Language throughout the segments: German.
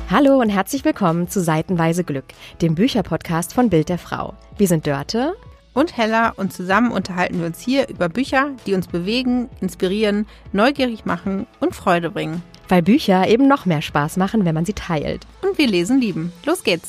Hallo und herzlich willkommen zu Seitenweise Glück, dem Bücherpodcast von Bild der Frau. Wir sind Dörte und Hella und zusammen unterhalten wir uns hier über Bücher, die uns bewegen, inspirieren, neugierig machen und Freude bringen. Weil Bücher eben noch mehr Spaß machen, wenn man sie teilt. Und wir lesen lieben. Los geht's!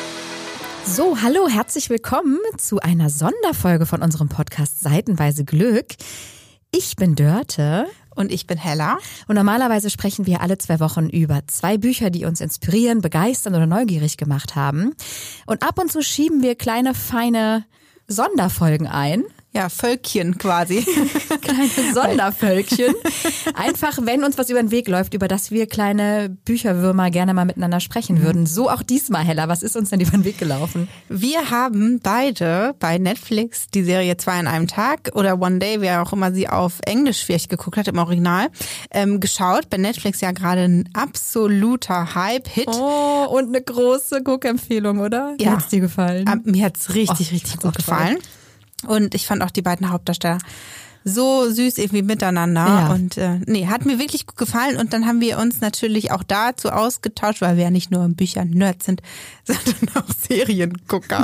So, hallo, herzlich willkommen zu einer Sonderfolge von unserem Podcast Seitenweise Glück. Ich bin Dörte. Und ich bin Hella. Und normalerweise sprechen wir alle 2 Wochen über 2 Bücher, die uns inspirieren, begeistern oder neugierig gemacht haben. Und ab und zu schieben wir kleine, feine Sonderfolgen ein. Ja, Völkchen quasi. Kleine Sondervölkchen. Einfach, wenn uns was über den Weg läuft, über das wir kleine Bücherwürmer gerne mal miteinander sprechen würden. So auch diesmal, Hella. Was ist uns denn über den Weg gelaufen? Wir haben beide bei Netflix die Serie 2 an einem Tag oder One Day, wer auch immer sie auf Englisch vielleicht geguckt hat im Original, geschaut. Bei Netflix ja gerade ein absoluter Hype-Hit. Oh, und eine große Guckempfehlung, oder? Ja. Wie hat's dir gefallen? Mir hat's richtig gut gefallen. Und ich fand auch die beiden Hauptdarsteller so süß irgendwie miteinander. Ja. Und hat mir wirklich gut gefallen. Und dann haben wir uns natürlich auch dazu ausgetauscht, weil wir ja nicht nur Bücher-Nerds sind, sondern auch Seriengucker,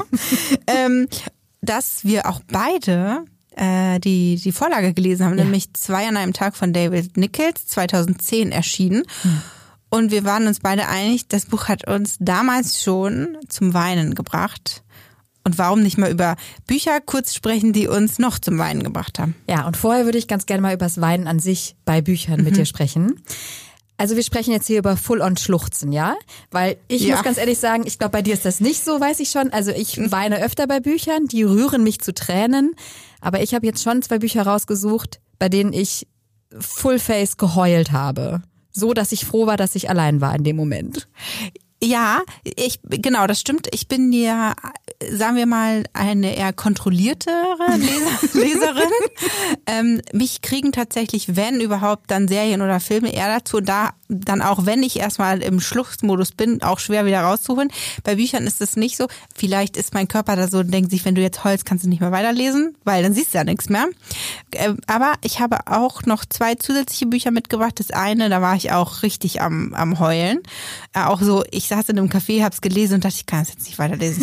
dass wir auch beide die Vorlage gelesen haben, nämlich 2 an einem Tag von David Nichols, 2010 erschienen. Und wir waren uns beide einig, das Buch hat uns damals schon zum Weinen gebracht. Und warum nicht mal über Bücher kurz sprechen, die uns noch zum Weinen gebracht haben? Ja, und vorher würde ich ganz gerne mal über das Weinen an sich bei Büchern mit dir sprechen. Also wir sprechen jetzt hier über Full-on-Schluchzen, ja? Weil ich muss ganz ehrlich sagen, ich glaube, bei dir ist das nicht so, weiß ich schon. Also ich weine öfter bei Büchern, die rühren mich zu Tränen. Aber ich habe jetzt schon 2 Bücher rausgesucht, bei denen ich Full-Face geheult habe. So, dass ich froh war, dass ich allein war in dem Moment. Ja, genau, das stimmt. Ich bin ja, sagen wir mal, eine eher kontrolliertere Leserin. Mich kriegen tatsächlich, wenn überhaupt, dann Serien oder Filme eher dazu, da dann auch, wenn ich erstmal im Schluchzmodus bin, auch schwer wieder rauszuholen. Bei Büchern ist es nicht so. Vielleicht ist mein Körper da so und denkt sich, wenn du jetzt heulst, kannst du nicht mehr weiterlesen, weil dann siehst du ja nichts mehr. Aber ich habe auch noch 2 zusätzliche Bücher mitgebracht. Das eine, da war ich auch richtig am Heulen. Auch so, ich saß in einem Café, hab's gelesen und dachte, ich kann es jetzt nicht weiterlesen.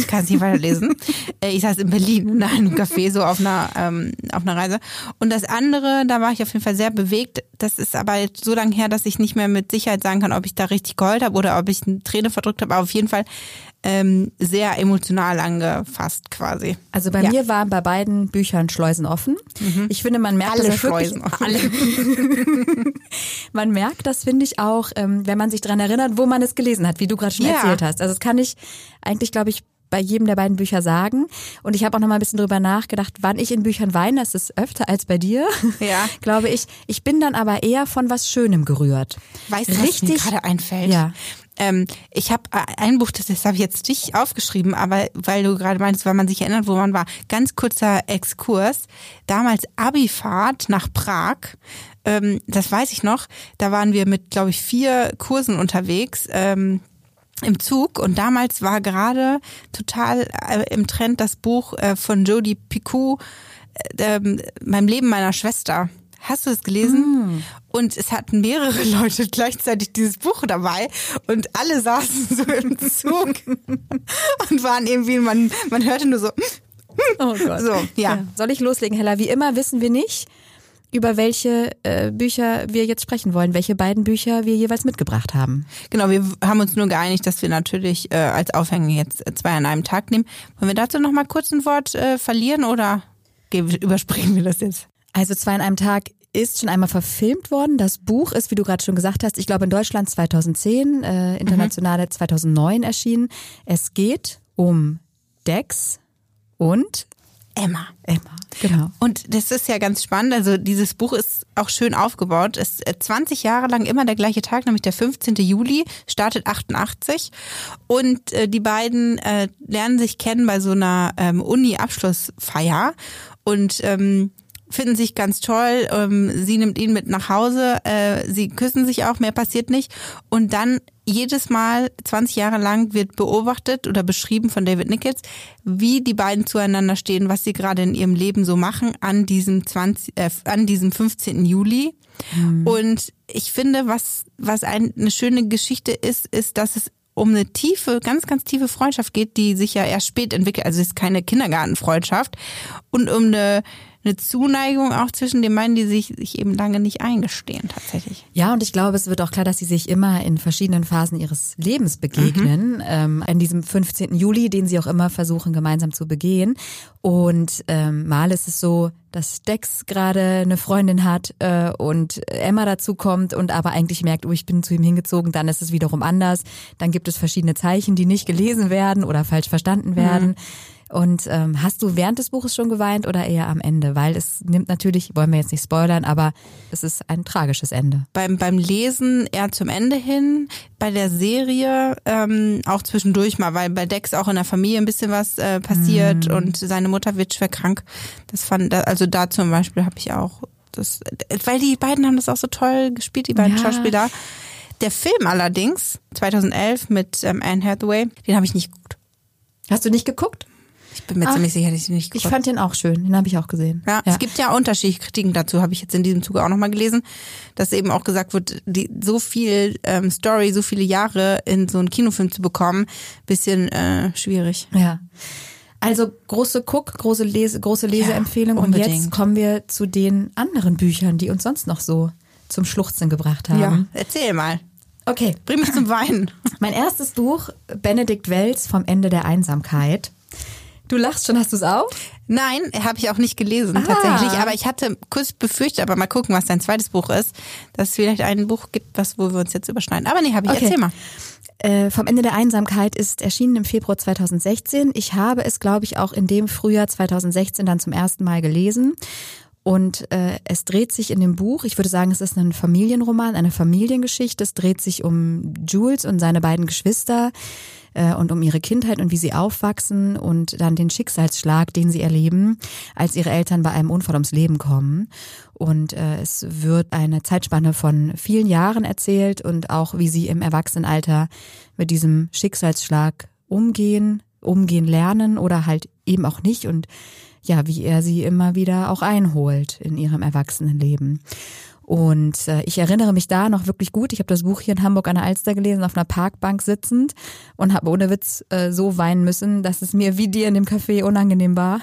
Ich saß in Berlin in einem Café, so auf einer Reise. Und das andere, da war ich auf jeden Fall sehr bewegt. Das ist aber jetzt so lange her, dass ich nicht mehr mit Sicherheit sagen kann, ob ich da richtig geheult habe oder ob ich eine Träne verdrückt habe. Aber auf jeden Fall sehr emotional angefasst quasi. Also bei mir waren bei beiden Büchern Schleusen offen. Ich finde, man merkt alle Schleusen offen. Man merkt das, finde ich auch, wenn man sich daran erinnert, wo man es gelesen hat, wie du gerade schon erzählt hast. Also das kann ich eigentlich, glaube ich, bei jedem der beiden Bücher sagen. Und ich habe auch noch mal ein bisschen drüber nachgedacht, wann ich in Büchern weine. Das ist öfter als bei dir, glaube ich. Ich bin dann aber eher von was Schönem gerührt. Weißt du, was mir gerade einfällt? Ja. Ich habe ein Buch, das habe ich jetzt nicht aufgeschrieben, aber weil du gerade meinst, weil man sich erinnert, wo man war. Ganz kurzer Exkurs. Damals Abifahrt nach Prag. Das weiß ich noch. Da waren wir mit, glaube ich, 4 Kursen unterwegs. Im Zug und damals war gerade total im Trend das Buch von Jodi Picoult, Mein Leben meiner Schwester. Hast du das gelesen? Und es hatten mehrere Leute gleichzeitig dieses Buch dabei und alle saßen so im Zug und waren irgendwie, man hörte nur so. Oh Gott. So, ja. Soll ich loslegen, Hella? Wie immer wissen wir nicht, über welche Bücher wir jetzt sprechen wollen, welche beiden Bücher wir jeweils mitgebracht haben. Genau, wir haben uns nur geeinigt, dass wir natürlich als Aufhänger jetzt 2 an einem Tag nehmen. Wollen wir dazu noch mal kurz ein Wort verlieren oder überspringen wir das jetzt? Also 2 an einem Tag ist schon einmal verfilmt worden. Das Buch ist, wie du gerade schon gesagt hast, ich glaube in Deutschland 2010, international 2009 erschienen. Es geht um Dex und Emma, genau. Und das ist ja ganz spannend. Also dieses Buch ist auch schön aufgebaut. Es ist 20 Jahre lang immer der gleiche Tag, nämlich der 15. Juli, startet 88. Und die beiden lernen sich kennen bei so einer Uni-Abschlussfeier und finden sich ganz toll. Sie nimmt ihn mit nach Hause. Sie küssen sich auch, mehr passiert nicht. Und dann jedes Mal 20 Jahre lang wird beobachtet oder beschrieben von David Nichols, wie die beiden zueinander stehen, was sie gerade in ihrem Leben so machen an diesem 15. Juli. Und ich finde, was eine schöne Geschichte ist, dass es um eine tiefe, ganz, ganz tiefe Freundschaft geht, die sich ja erst spät entwickelt. Also es ist keine Kindergartenfreundschaft. Und um eine Zuneigung auch zwischen den beiden, die sich eben lange nicht eingestehen tatsächlich. Ja, und ich glaube, es wird auch klar, dass sie sich immer in verschiedenen Phasen ihres Lebens begegnen. In diesem 15. Juli, den sie auch immer versuchen, gemeinsam zu begehen. Und mal ist es so, dass Dex gerade eine Freundin hat und Emma dazu kommt und aber eigentlich merkt, ich bin zu ihm hingezogen, dann ist es wiederum anders. Dann gibt es verschiedene Zeichen, die nicht gelesen werden oder falsch verstanden werden. Und hast du während des Buches schon geweint oder eher am Ende? Weil es nimmt natürlich, wollen wir jetzt nicht spoilern, aber es ist ein tragisches Ende. Beim Lesen eher zum Ende hin, bei der Serie auch zwischendurch mal, weil bei Dex auch in der Familie ein bisschen was passiert und seine Mutter wird schwer krank. Also da zum Beispiel habe ich auch weil die beiden haben das auch so toll gespielt, die beiden Schauspieler. Der Film allerdings, 2011 mit Anne Hathaway, den habe ich nicht geguckt. Hast du nicht geguckt? Ich bin mir ziemlich sicher, dass ich den nicht geguckt habe. Ich fand den auch schön, den habe ich auch gesehen. Ja, es gibt ja unterschiedliche Kritiken dazu, habe ich jetzt in diesem Zuge auch nochmal gelesen, dass eben auch gesagt wird, so viel Story, so viele Jahre in so einen Kinofilm zu bekommen, bisschen schwierig. Ja. Also große Leseempfehlung und jetzt kommen wir zu den anderen Büchern, die uns sonst noch so zum Schluchzen gebracht haben. Ja, erzähl mal. Okay. Bring mich zum Weinen. Mein erstes Buch, Benedikt Wells, Vom Ende der Einsamkeit. Du lachst schon, hast du es auch? Nein, habe ich auch nicht gelesen tatsächlich, aber ich hatte kurz befürchtet, aber mal gucken, was dein zweites Buch ist, dass es vielleicht ein Buch gibt, wo wir uns jetzt überschneiden. Aber nee, habe ich. Okay. Erzähl mal. Vom Ende der Einsamkeit ist erschienen im Februar 2016. Ich habe es, glaube ich, auch in dem Frühjahr 2016 dann zum ersten Mal gelesen. Und es dreht sich in dem Buch, ich würde sagen, es ist ein Familienroman, eine Familiengeschichte. Es dreht sich um Jules und seine beiden Geschwister und um ihre Kindheit und wie sie aufwachsen und dann den Schicksalsschlag, den sie erleben, als ihre Eltern bei einem Unfall ums Leben kommen. Und es wird eine Zeitspanne von vielen Jahren erzählt und auch, wie sie im Erwachsenenalter mit diesem Schicksalsschlag umgehen lernen oder halt eben auch nicht und ja, wie er sie immer wieder auch einholt in ihrem Erwachsenenleben. Und ich erinnere mich da noch wirklich gut. Ich habe das Buch hier in Hamburg an der Alster gelesen, auf einer Parkbank sitzend und habe ohne Witz so weinen müssen, dass es mir wie dir in dem Café unangenehm war.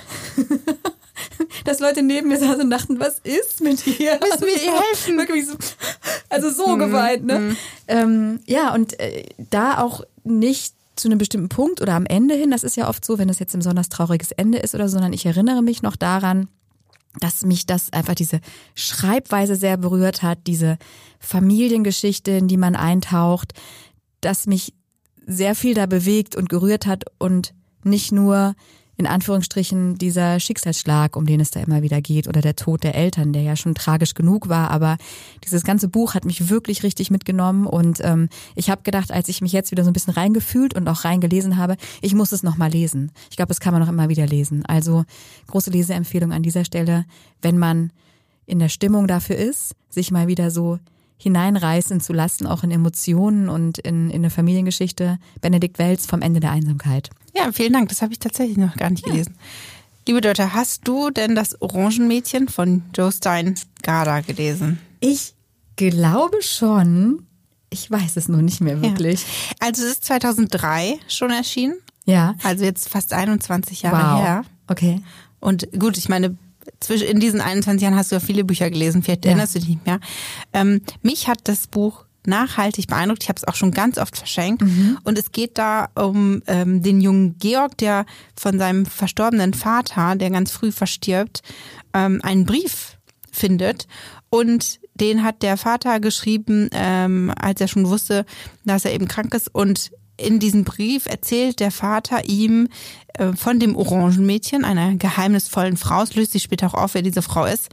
Dass Leute neben mir saßen und dachten, was ist mit dir? Müssen wir ihr helfen? Wirklich so, also so geweint, ne? Ja, und da auch nicht zu einem bestimmten Punkt oder am Ende hin, das ist ja oft so, wenn das jetzt ein besonders trauriges Ende ist oder so, sondern ich erinnere mich noch daran, dass mich das einfach diese Schreibweise sehr berührt hat, diese Familiengeschichte, in die man eintaucht, dass mich sehr viel da bewegt und gerührt hat und nicht nur in Anführungsstrichen dieser Schicksalsschlag, um den es da immer wieder geht, oder der Tod der Eltern, der ja schon tragisch genug war, aber dieses ganze Buch hat mich wirklich richtig mitgenommen und ich habe gedacht, als ich mich jetzt wieder so ein bisschen reingefühlt und auch reingelesen habe, ich muss es nochmal lesen. Ich glaube, das kann man noch immer wieder lesen. Also große Leseempfehlung an dieser Stelle, wenn man in der Stimmung dafür ist, sich mal wieder so hineinreißen zu lassen, auch in Emotionen und in eine Familiengeschichte. Benedikt Wells, Vom Ende der Einsamkeit. Ja, vielen Dank. Das habe ich tatsächlich noch gar nicht gelesen. Liebe Dörte, hast du denn das Orangenmädchen von Joe Stein-Gardner gelesen? Ich glaube schon. Ich weiß es nur nicht mehr wirklich. Ja. Also es ist 2003 schon erschienen. Ja. Also jetzt fast 21 Jahre her. Okay. Und gut, ich meine, in diesen 21 Jahren hast du ja viele Bücher gelesen, vielleicht erinnerst du dich nicht mehr. Mich hat das Buch nachhaltig beeindruckt. Ich habe es auch schon ganz oft verschenkt. Und es geht da um den jungen Georg, der von seinem verstorbenen Vater, der ganz früh verstirbt, einen Brief findet. Und den hat der Vater geschrieben, als er schon wusste, dass er eben krank ist. Und in diesem Brief erzählt der Vater ihm von dem Orangenmädchen, einer geheimnisvollen Frau. Es löst sich später auch auf, wer diese Frau ist.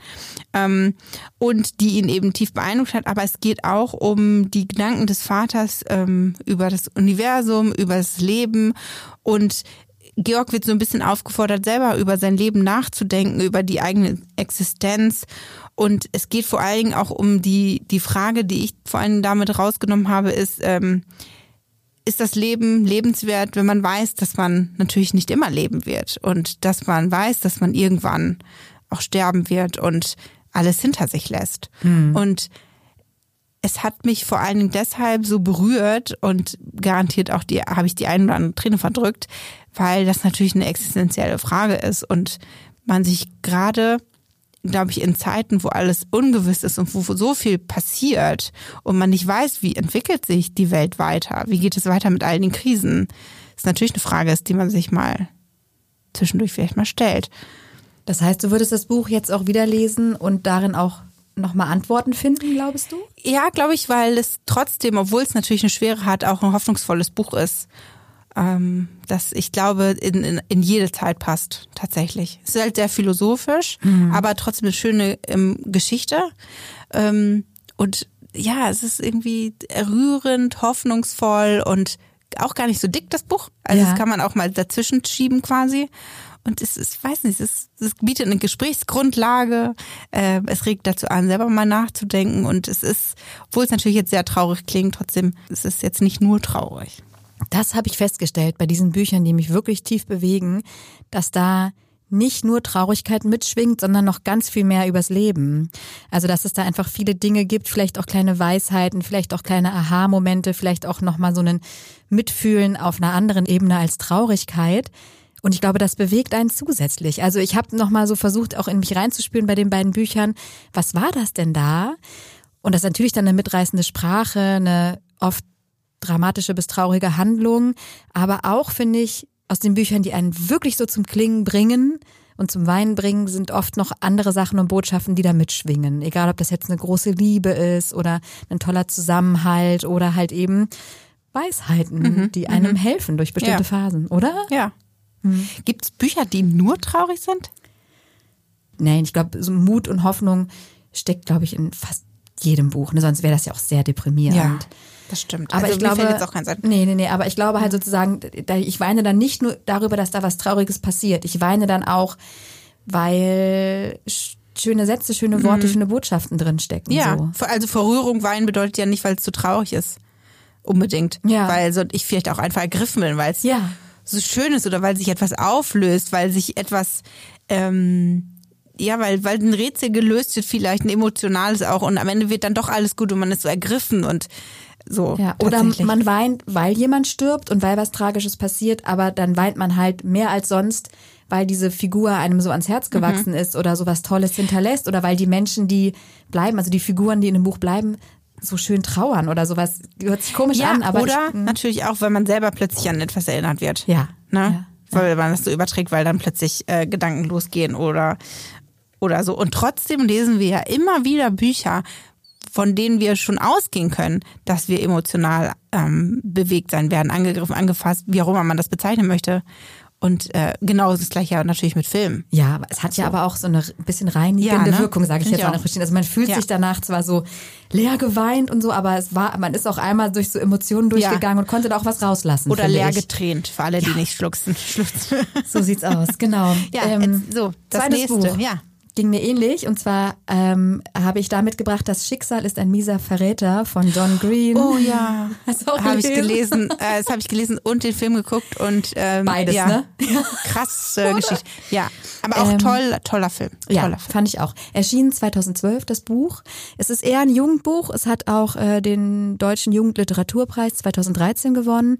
Und die ihn eben tief beeindruckt hat. Aber es geht auch um die Gedanken des Vaters über das Universum, über das Leben. Und Georg wird so ein bisschen aufgefordert, selber über sein Leben nachzudenken, über die eigene Existenz. Und es geht vor allen Dingen auch um die Frage, die ich vor allem damit rausgenommen habe, ist das Leben lebenswert, wenn man weiß, dass man natürlich nicht immer leben wird und dass man weiß, dass man irgendwann auch sterben wird und alles hinter sich lässt. Und es hat mich vor allen Dingen deshalb so berührt und garantiert auch habe ich die ein oder andere Träne verdrückt, weil das natürlich eine existenzielle Frage ist und man sich gerade, glaube ich, in Zeiten, wo alles ungewiss ist und wo so viel passiert und man nicht weiß, wie entwickelt sich die Welt weiter, wie geht es weiter mit all den Krisen, ist natürlich eine Frage ist, die man sich mal zwischendurch vielleicht mal stellt. Das heißt, du würdest das Buch jetzt auch wieder lesen und darin auch nochmal Antworten finden, glaubst du? Ja, glaube ich, weil es trotzdem, obwohl es natürlich eine Schwere hat, auch ein hoffnungsvolles Buch ist, das ich glaube in jede Zeit passt tatsächlich. Es ist halt sehr philosophisch, aber trotzdem eine schöne Geschichte. Und ja, es ist irgendwie rührend, hoffnungsvoll und auch gar nicht so dick, das Buch. Also das kann man auch mal dazwischen schieben quasi. Und es ist, weiß nicht, es bietet eine Gesprächsgrundlage. Es regt dazu an, selber mal nachzudenken. Und es ist, obwohl es natürlich jetzt sehr traurig klingt, trotzdem ist es jetzt nicht nur traurig. Das habe ich festgestellt bei diesen Büchern, die mich wirklich tief bewegen, dass da nicht nur Traurigkeit mitschwingt, sondern noch ganz viel mehr übers Leben. Also dass es da einfach viele Dinge gibt, vielleicht auch kleine Weisheiten, vielleicht auch kleine Aha-Momente, vielleicht auch nochmal so ein Mitfühlen auf einer anderen Ebene als Traurigkeit. Und ich glaube, das bewegt einen zusätzlich. Also ich habe nochmal so versucht, auch in mich reinzuspüren bei den beiden Büchern. Was war das denn da? Und das ist natürlich dann eine mitreißende Sprache, eine oft dramatische bis traurige Handlung. Aber auch, finde ich, aus den Büchern, die einen wirklich so zum Klingen bringen und zum Weinen bringen, sind oft noch andere Sachen und Botschaften, die da mitschwingen. Egal, ob das jetzt eine große Liebe ist oder ein toller Zusammenhalt oder halt eben Weisheiten, die einem helfen durch bestimmte Phasen, oder? Ja. Gibt es Bücher, die nur traurig sind? Nein, ich glaube, so Mut und Hoffnung steckt, glaube ich, in fast jedem Buch. Ne? Sonst wäre das ja auch sehr deprimierend. Ja, das stimmt. Aber also ich glaube, mir fällt jetzt auch kein Sinn. Nee, aber ich glaube halt sozusagen, ich weine dann nicht nur darüber, dass da was Trauriges passiert. Ich weine dann auch, weil schöne Sätze, schöne Worte, schöne Botschaften drin stecken. Ja, so. Also vor Rührung weinen bedeutet ja nicht, weil es zu traurig ist. Unbedingt. Ja. Weil so ich vielleicht auch einfach ergriffen bin, weil es so schön ist oder weil sich etwas auflöst, weil sich etwas, weil ein Rätsel gelöst wird, vielleicht ein emotionales auch und am Ende wird dann doch alles gut und man ist so ergriffen und so. Ja, oder man weint, weil jemand stirbt und weil was Tragisches passiert, aber dann weint man halt mehr als sonst, weil diese Figur einem so ans Herz gewachsen ist oder so was Tolles hinterlässt oder weil die Menschen, die bleiben, also die Figuren, die in dem Buch bleiben, so schön trauern oder sowas. Hört sich komisch an, aber oder natürlich auch, weil man selber plötzlich an etwas erinnert wird. Ja. Ne? Ja. Weil man das so überträgt, weil dann plötzlich Gedanken losgehen oder so. Und trotzdem lesen wir ja immer wieder Bücher, von denen wir schon ausgehen können, dass wir emotional bewegt sein werden, angegriffen, angefasst, wie auch immer man das bezeichnen möchte. Und genau das gleiche ja natürlich mit Filmen. Ja, es hat ja aber auch so eine bisschen reinigende Wirkung, sage ich jetzt mal. Also man fühlt sich danach zwar so leer geweint und so, aber man ist auch einmal durch so Emotionen durchgegangen und konnte da auch was rauslassen. Oder leer getränt, für alle, die nicht schluchzen. So sieht's aus, genau. Ja, so, das nächste. Buch. Ja. Ging mir ähnlich und zwar habe ich da mitgebracht, Das Schicksal ist ein mieser Verräter von John Green. Oh ja, habe ich gelesen. Das habe ich gelesen und den Film geguckt und beides, ne? Krasse Geschichte. Ja, aber auch toller Film. Ja, fand ich auch. Erschien 2012 das Buch. Es ist eher ein Jugendbuch. Es hat auch den Deutschen Jugendliteraturpreis 2013 gewonnen.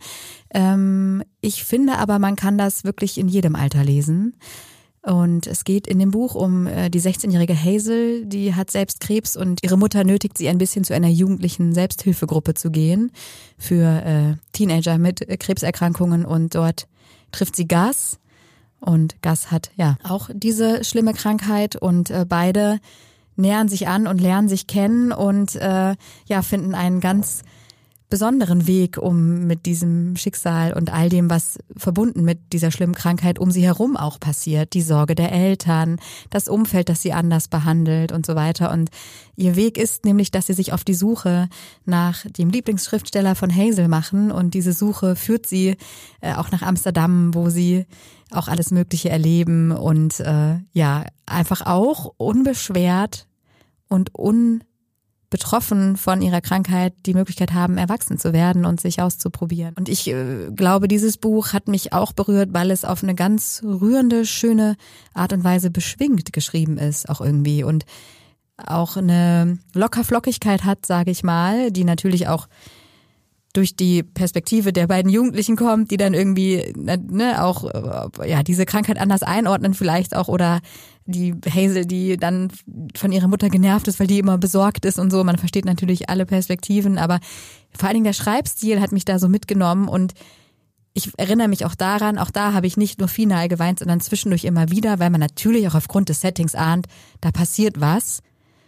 Ich finde aber, man kann das wirklich in jedem Alter lesen. Und es geht in dem Buch um die 16-jährige Hazel, die hat selbst Krebs und ihre Mutter nötigt sie ein bisschen zu einer jugendlichen Selbsthilfegruppe zu gehen für Teenager mit Krebserkrankungen und dort trifft sie Gus und Gus hat ja auch diese schlimme Krankheit und beide nähern sich an und lernen sich kennen und finden einen ganz besonderen Weg, um mit diesem Schicksal und all dem, was verbunden mit dieser schlimmen Krankheit um sie herum auch passiert. Die Sorge der Eltern, das Umfeld, das sie anders behandelt und so weiter. Und ihr Weg ist nämlich, dass sie sich auf die Suche nach dem Lieblingsschriftsteller von Hazel machen. Und diese Suche führt sie auch nach Amsterdam, wo sie auch alles Mögliche erleben und einfach auch unbeschwert und betroffen von ihrer Krankheit die Möglichkeit haben, erwachsen zu werden und sich auszuprobieren. Und ich glaube, dieses Buch hat mich auch berührt, weil es auf eine ganz rührende, schöne Art und Weise beschwingt geschrieben ist, auch irgendwie. Und auch eine Lockerflockigkeit hat, sage ich mal, die natürlich auch durch die Perspektive der beiden Jugendlichen kommt, die dann irgendwie auch diese Krankheit anders einordnen vielleicht auch, oder die Hazel, die dann von ihrer Mutter genervt ist, weil die immer besorgt ist und so. Man versteht natürlich alle Perspektiven, aber vor allen Dingen der Schreibstil hat mich da so mitgenommen und ich erinnere mich auch daran, auch da habe ich nicht nur final geweint, sondern zwischendurch immer wieder, weil man natürlich auch aufgrund des Settings ahnt, da passiert was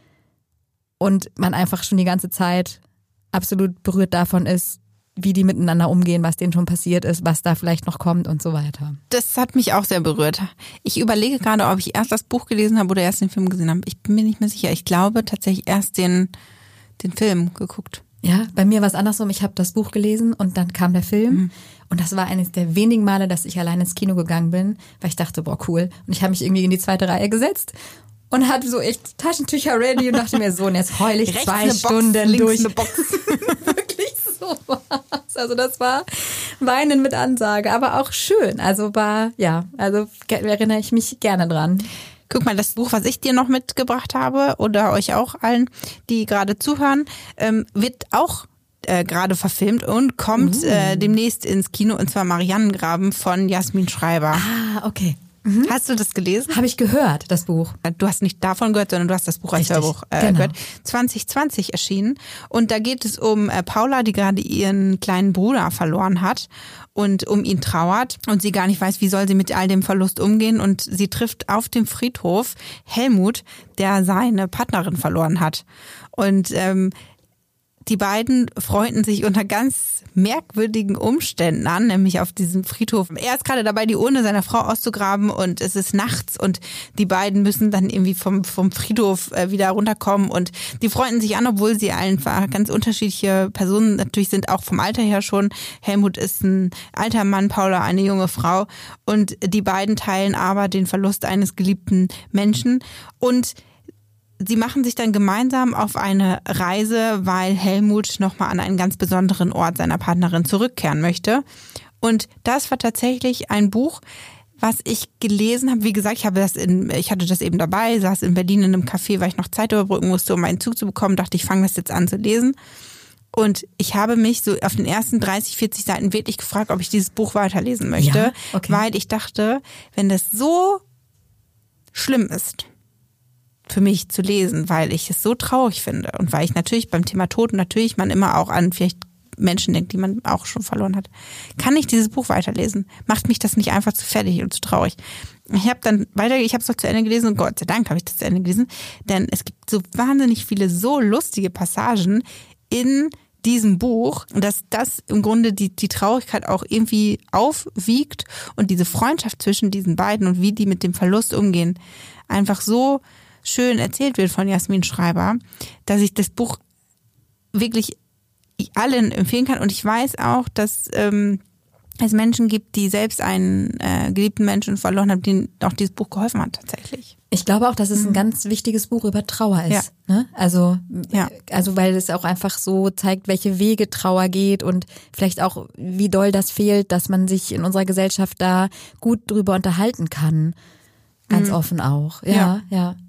und man einfach schon die ganze Zeit absolut berührt davon ist, wie die miteinander umgehen, was denen schon passiert ist, was da vielleicht noch kommt und so weiter. Das hat mich auch sehr berührt. Ich überlege gerade, ob ich erst das Buch gelesen habe oder erst den Film gesehen habe. Ich bin mir nicht mehr sicher. Ich glaube tatsächlich erst den Film geguckt. Ja, bei mir war es andersrum. Ich habe das Buch gelesen und dann kam der Film. Und das war eines der wenigen Male, dass ich allein ins Kino gegangen bin, weil ich dachte, boah, cool. Und ich habe mich irgendwie in die zweite Reihe gesetzt und hatte so echt Taschentücher ready und dachte mir so, und jetzt heul ich 2 Stunden durch. Eine Box. Wirklich so was. Also das war Weinen mit Ansage, aber auch schön. Also erinnere ich mich gerne dran. Guck mal, das Buch, was ich dir noch mitgebracht habe oder euch auch allen, die gerade zuhören, wird auch gerade verfilmt und kommt demnächst ins Kino, und zwar Mariannengraben von Jasmin Schreiber. Ah, okay. Hast du das gelesen? Habe ich gehört, das Buch. Du hast nicht davon gehört, sondern du hast das Buch als Hörbuch gehört. 2020 erschienen. Und da geht es um Paula, die gerade ihren kleinen Bruder verloren hat und um ihn trauert und sie gar nicht weiß, wie soll sie mit all dem Verlust umgehen. Und sie trifft auf dem Friedhof Helmut, der seine Partnerin verloren hat. Und die beiden freunden sich unter ganz merkwürdigen Umständen an, nämlich auf diesem Friedhof. Er ist gerade dabei, die Urne seiner Frau auszugraben, und es ist nachts und die beiden müssen dann irgendwie vom Friedhof wieder runterkommen, und die freunden sich an, obwohl sie einfach ganz unterschiedliche Personen natürlich sind, auch vom Alter her schon. Helmut ist ein alter Mann, Paula eine junge Frau, und die beiden teilen aber den Verlust eines geliebten Menschen, und sie machen sich dann gemeinsam auf eine Reise, weil Helmut nochmal an einen ganz besonderen Ort seiner Partnerin zurückkehren möchte. Und das war tatsächlich ein Buch, was ich gelesen habe. Wie gesagt, ich hatte das eben dabei, saß in Berlin in einem Café, weil ich noch Zeit überbrücken musste, um meinen Zug zu bekommen, dachte, ich fange das jetzt an zu lesen. Und ich habe mich so auf den ersten 30, 40 Seiten wirklich gefragt, ob ich dieses Buch weiterlesen möchte, ja, okay. Weil ich dachte, wenn das so schlimm ist, für mich zu lesen, weil ich es so traurig finde und weil ich natürlich beim Thema Tod natürlich man immer auch an vielleicht Menschen denkt, die man auch schon verloren hat, kann ich dieses Buch weiterlesen? Macht mich das nicht einfach zu fertig und zu traurig? Ich habe es noch zu Ende gelesen, und Gott sei Dank habe ich das zu Ende gelesen, denn es gibt so wahnsinnig viele so lustige Passagen in diesem Buch, dass das im Grunde die Traurigkeit auch irgendwie aufwiegt und diese Freundschaft zwischen diesen beiden und wie die mit dem Verlust umgehen, einfach so schön erzählt wird von Jasmin Schreiber, dass ich das Buch wirklich allen empfehlen kann. Und ich weiß auch, dass es Menschen gibt, die selbst einen geliebten Menschen verloren haben, denen auch dieses Buch geholfen hat tatsächlich. Ich glaube auch, dass es ein ganz wichtiges Buch über Trauer ist. Ja. Ne? Also weil es auch einfach so zeigt, welche Wege Trauer geht und vielleicht auch, wie doll das fehlt, dass man sich in unserer Gesellschaft da gut drüber unterhalten kann. Ganz offen auch. Ja.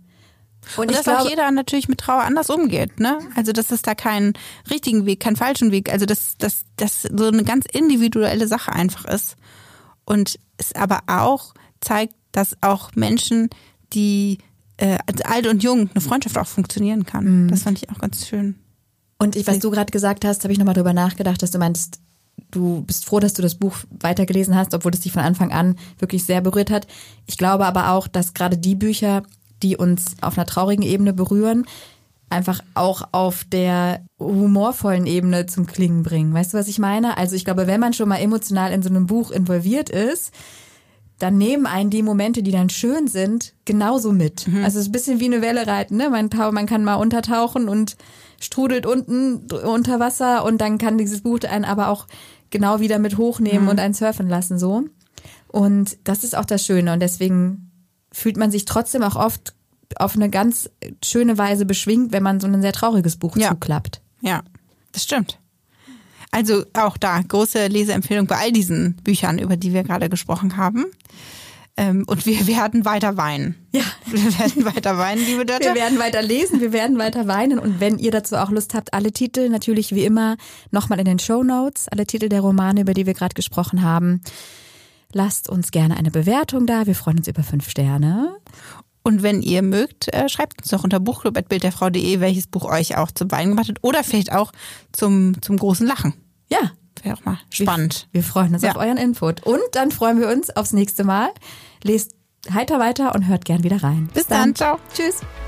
Und dass auch jeder natürlich mit Trauer anders umgeht, ne? Also dass es da keinen richtigen Weg, keinen falschen Weg, also dass so eine ganz individuelle Sache einfach ist. Und es aber auch zeigt, dass auch Menschen, die alt und jung, eine Freundschaft auch funktionieren kann. Das fand ich auch ganz schön. Und was du gerade gesagt hast, habe ich nochmal drüber nachgedacht, dass du meintest, du bist froh, dass du das Buch weitergelesen hast, obwohl es dich von Anfang an wirklich sehr berührt hat. Ich glaube aber auch, dass gerade die Bücher, die uns auf einer traurigen Ebene berühren, einfach auch auf der humorvollen Ebene zum Klingen bringen. Weißt du, was ich meine? Also ich glaube, wenn man schon mal emotional in so einem Buch involviert ist, dann nehmen einen die Momente, die dann schön sind, genauso mit. Also es ist ein bisschen wie eine Welle reiten, ne? Man kann mal untertauchen und strudelt unten unter Wasser, und dann kann dieses Buch einen aber auch genau wieder mit hochnehmen und einen surfen lassen, so. Und das ist auch das Schöne, und deswegen fühlt man sich trotzdem auch oft auf eine ganz schöne Weise beschwingt, wenn man so ein sehr trauriges Buch zuklappt. Ja, das stimmt. Also auch da große Leseempfehlung bei all diesen Büchern, über die wir gerade gesprochen haben. Und wir werden weiter weinen. Ja. Wir werden weiter weinen, liebe Dörte. Wir werden weiter lesen, wir werden weiter weinen. Und wenn ihr dazu auch Lust habt, alle Titel natürlich wie immer nochmal in den Shownotes, alle Titel der Romane, über die wir gerade gesprochen haben. Lasst uns gerne eine Bewertung da. Wir freuen uns über 5 Sterne. Und wenn ihr mögt, schreibt uns doch unter buchclub@bildderfrau.de, welches Buch euch auch zum Weinen gemacht hat oder vielleicht auch zum großen Lachen. Ja. Wäre auch mal spannend. Wir freuen uns auf euren Input. Und dann freuen wir uns aufs nächste Mal. Lest heiter weiter und hört gern wieder rein. Bis dann. Ciao. Tschüss.